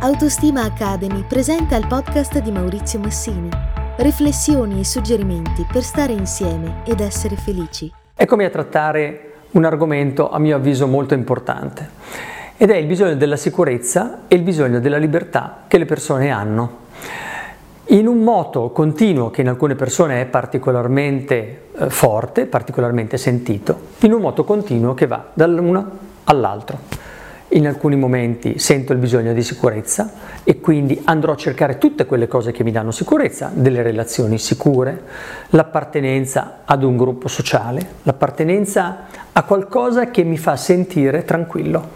Autostima Academy presenta il podcast di Maurizio Massini. Riflessioni e suggerimenti per stare insieme ed essere felici. Eccomi a trattare un argomento a mio avviso molto importante ed è il bisogno della sicurezza e il bisogno della libertà che le persone hanno. In un moto continuo che in alcune persone è particolarmente forte, particolarmente sentito, in un moto continuo che va dall'uno all'altro. In alcuni momenti sento il bisogno di sicurezza e quindi andrò a cercare tutte quelle cose che mi danno sicurezza, delle relazioni sicure, l'appartenenza ad un gruppo sociale, l'appartenenza a qualcosa che mi fa sentire tranquillo.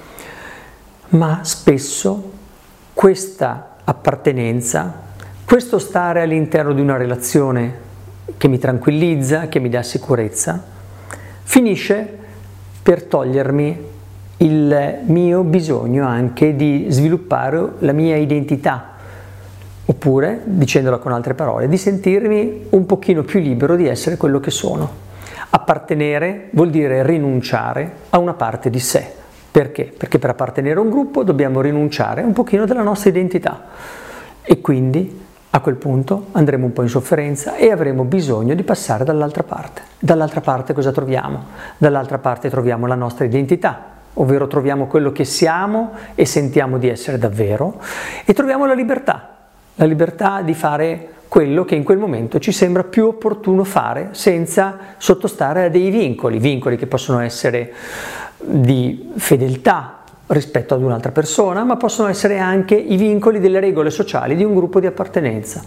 Ma spesso questa appartenenza, questo stare all'interno di una relazione che mi tranquillizza, che mi dà sicurezza, finisce per togliermi il mio bisogno anche di sviluppare la mia identità, oppure, dicendola con altre parole, di sentirmi un pochino più libero di essere quello che sono. Appartenere vuol dire rinunciare a una parte di sé. Perché? Perché per appartenere a un gruppo dobbiamo rinunciare un pochino della nostra identità e quindi a quel punto andremo un po' in sofferenza e avremo bisogno di passare dall'altra parte. Dall'altra parte cosa troviamo? Dall'altra parte troviamo la nostra identità, ovvero troviamo quello che siamo e sentiamo di essere davvero, e troviamo la libertà di fare quello che in quel momento ci sembra più opportuno fare senza sottostare a dei vincoli che possono essere di fedeltà rispetto ad un'altra persona, ma possono essere anche i vincoli delle regole sociali di un gruppo di appartenenza.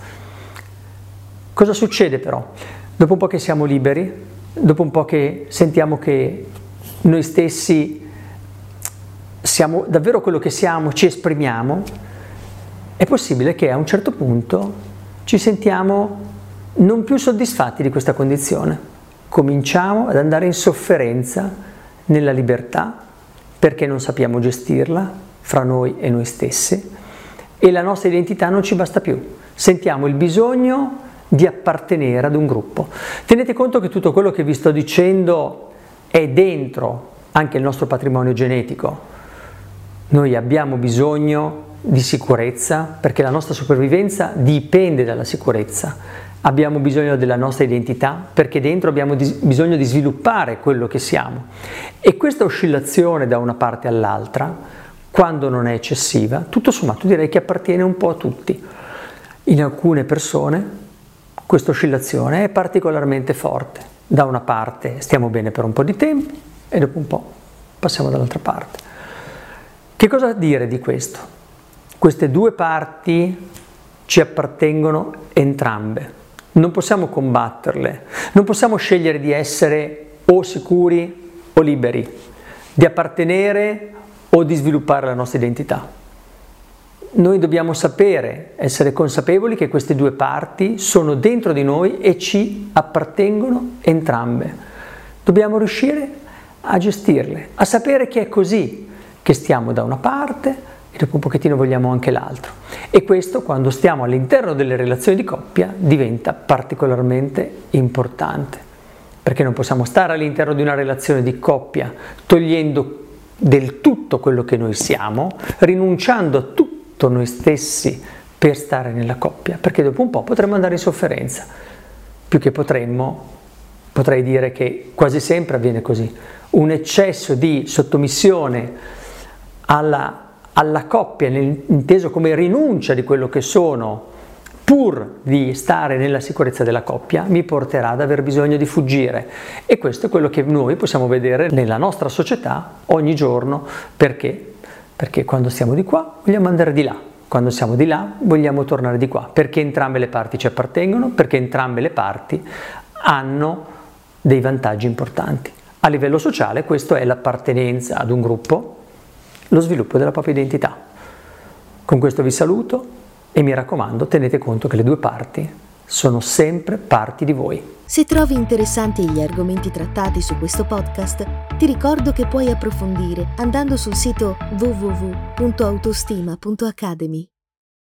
Cosa succede però? Dopo un po' che siamo liberi, dopo un po' che sentiamo che noi stessi siamo davvero quello che siamo, ci esprimiamo, è possibile che a un certo punto ci sentiamo non più soddisfatti di questa condizione. Cominciamo ad andare in sofferenza nella libertà perché non sappiamo gestirla fra noi e noi stessi e la nostra identità non ci basta più. Sentiamo il bisogno di appartenere ad un gruppo. Tenete conto che tutto quello che vi sto dicendo è dentro anche il nostro patrimonio genetico. Noi abbiamo bisogno di sicurezza perché la nostra sopravvivenza dipende dalla sicurezza. Abbiamo bisogno della nostra identità perché dentro abbiamo bisogno di sviluppare quello che siamo. E questa oscillazione da una parte all'altra, quando non è eccessiva, tutto sommato direi che appartiene un po' a tutti. In alcune persone questa oscillazione è particolarmente forte. Da una parte stiamo bene per un po' di tempo e dopo un po' passiamo dall'altra parte. Che cosa dire di questo? Queste due parti ci appartengono entrambe. Non possiamo combatterle, non possiamo scegliere di essere o sicuri o liberi, di appartenere o di sviluppare la nostra identità. Noi dobbiamo sapere, essere consapevoli che queste due parti sono dentro di noi e ci appartengono entrambe. Dobbiamo riuscire a gestirle, a sapere che è così, che stiamo da una parte e dopo un pochettino vogliamo anche l'altro. E questo, quando stiamo all'interno delle relazioni di coppia, diventa particolarmente importante, perché non possiamo stare all'interno di una relazione di coppia togliendo del tutto quello che noi siamo, rinunciando a tutto noi stessi per stare nella coppia, perché dopo un po' potremmo andare in sofferenza. Più che potrei dire che quasi sempre avviene così. Un eccesso di sottomissione alla coppia, inteso come rinuncia di quello che sono, pur di stare nella sicurezza della coppia, mi porterà ad aver bisogno di fuggire. E questo è quello che noi possiamo vedere nella nostra società ogni giorno. Perché? Perché quando stiamo di qua vogliamo andare di là, quando siamo di là vogliamo tornare di qua, perché entrambe le parti ci appartengono, perché entrambe le parti hanno dei vantaggi importanti. A livello sociale questo è l'appartenenza ad un gruppo, lo sviluppo della propria identità. Con questo vi saluto e mi raccomando, tenete conto che le due parti sono sempre parti di voi. Se trovi interessanti gli argomenti trattati su questo podcast, ti ricordo che puoi approfondire andando sul sito www.autostima.academy.